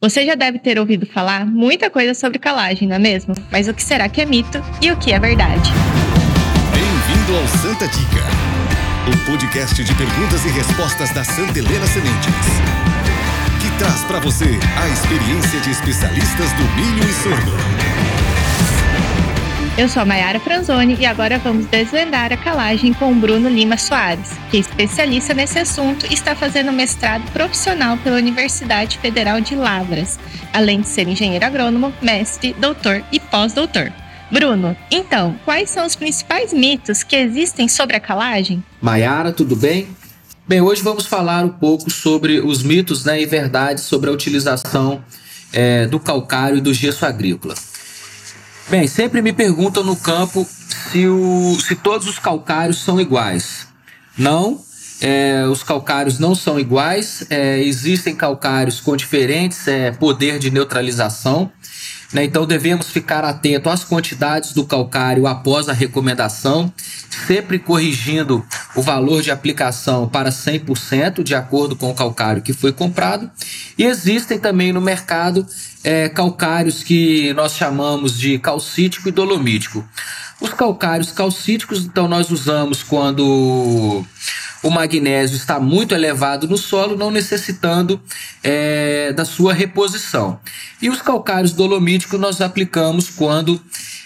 Você já deve ter ouvido falar muita coisa sobre calagem, não é mesmo? Mas o que será que é mito e o que é verdade? Bem-vindo ao Santa Dica, o podcast de perguntas e respostas da Santa Helena Sementes, que traz para você a experiência de especialistas do milho e sorgo. Eu sou a Mayara Franzoni e agora vamos desvendar a calagem com o Bruno Lima Soares, que é especialista nesse assunto e está fazendo mestrado profissional pela Universidade Federal de Lavras, além de ser engenheiro agrônomo, mestre, doutor e pós-doutor. Bruno, então, quais são os principais mitos que existem sobre a calagem? Mayara, tudo bem? Bem, hoje vamos falar um pouco sobre os mitos, e verdades sobre a utilização do calcário e do gesso agrícola. Bem, sempre me perguntam no campo se todos os calcários são iguais. Não, os calcários não são iguais, existem calcários com diferentes poder de neutralização, então devemos ficar atento às quantidades do calcário após a recomendação, sempre corrigindo o valor de aplicação para 100% de acordo com o calcário que foi comprado. E existem também no mercado calcários que nós chamamos de calcítico e dolomítico. Os calcários calcíticos, então, nós usamos quando o magnésio está muito elevado no solo, não necessitando da sua reposição. E os calcários dolomíticos nós aplicamos quando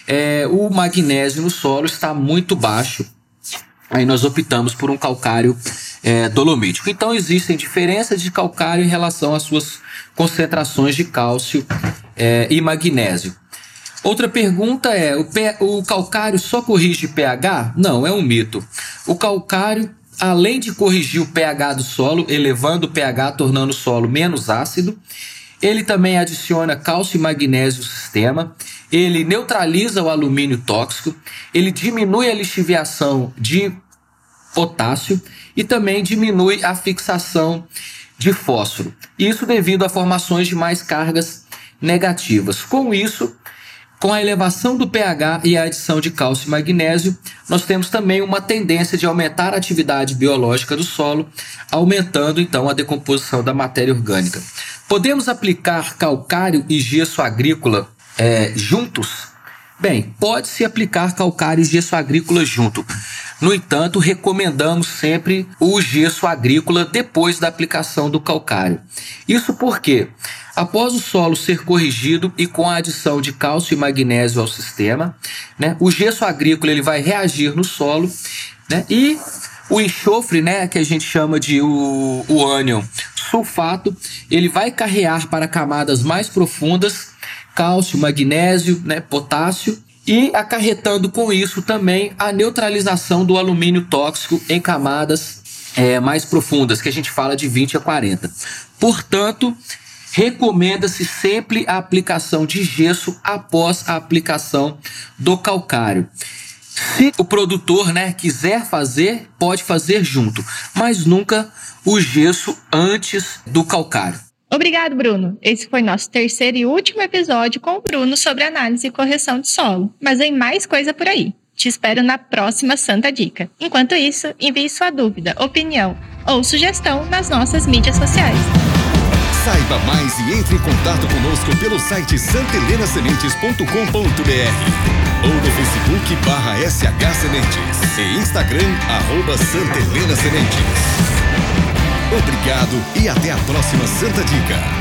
o magnésio no solo está muito baixo. Aí nós optamos por um calcário dolomítico. Então existem diferenças de calcário em relação às suas concentrações de cálcio e magnésio. Outra pergunta é, o calcário só corrige pH? Não, é um mito. O calcário, além de corrigir o pH do solo, elevando o pH, tornando o solo menos ácido, ele também adiciona cálcio e magnésio no sistema, ele neutraliza o alumínio tóxico, ele diminui a lixiviação de potássio e também diminui a fixação de fósforo. Isso devido a formações de mais cargas negativas. Com isso, com a elevação do pH e a adição de cálcio e magnésio, nós temos também uma tendência de aumentar a atividade biológica do solo, aumentando então a decomposição da matéria orgânica. Podemos aplicar calcário e gesso agrícola juntos? Bem, pode-se aplicar calcário e gesso agrícola junto. No entanto, recomendamos sempre o gesso agrícola depois da aplicação do calcário. Isso porque, após o solo ser corrigido e com a adição de cálcio e magnésio ao sistema, o gesso agrícola ele vai reagir no solo, e o enxofre, que a gente chama de o ânion sulfato, ele vai carrear para camadas mais profundas cálcio, magnésio, potássio, e acarretando com isso também a neutralização do alumínio tóxico em camadas mais profundas, que a gente fala de 20 a 40. Portanto, recomenda-se sempre a aplicação de gesso após a aplicação do calcário. Se o produtor quiser fazer, pode fazer junto, mas nunca o gesso antes do calcário. Obrigado, Bruno. Esse foi nosso terceiro e último episódio com o Bruno sobre análise e correção de solo. Mas vem mais coisa por aí. Te espero na próxima Santa Dica. Enquanto isso, envie sua dúvida, opinião ou sugestão nas nossas mídias sociais. Saiba mais e entre em contato conosco pelo site santelenasementes.com.br ou no Facebook /SH Sementes e Instagram @Santa Helena Sementes. Obrigado e até a próxima Santa Dica.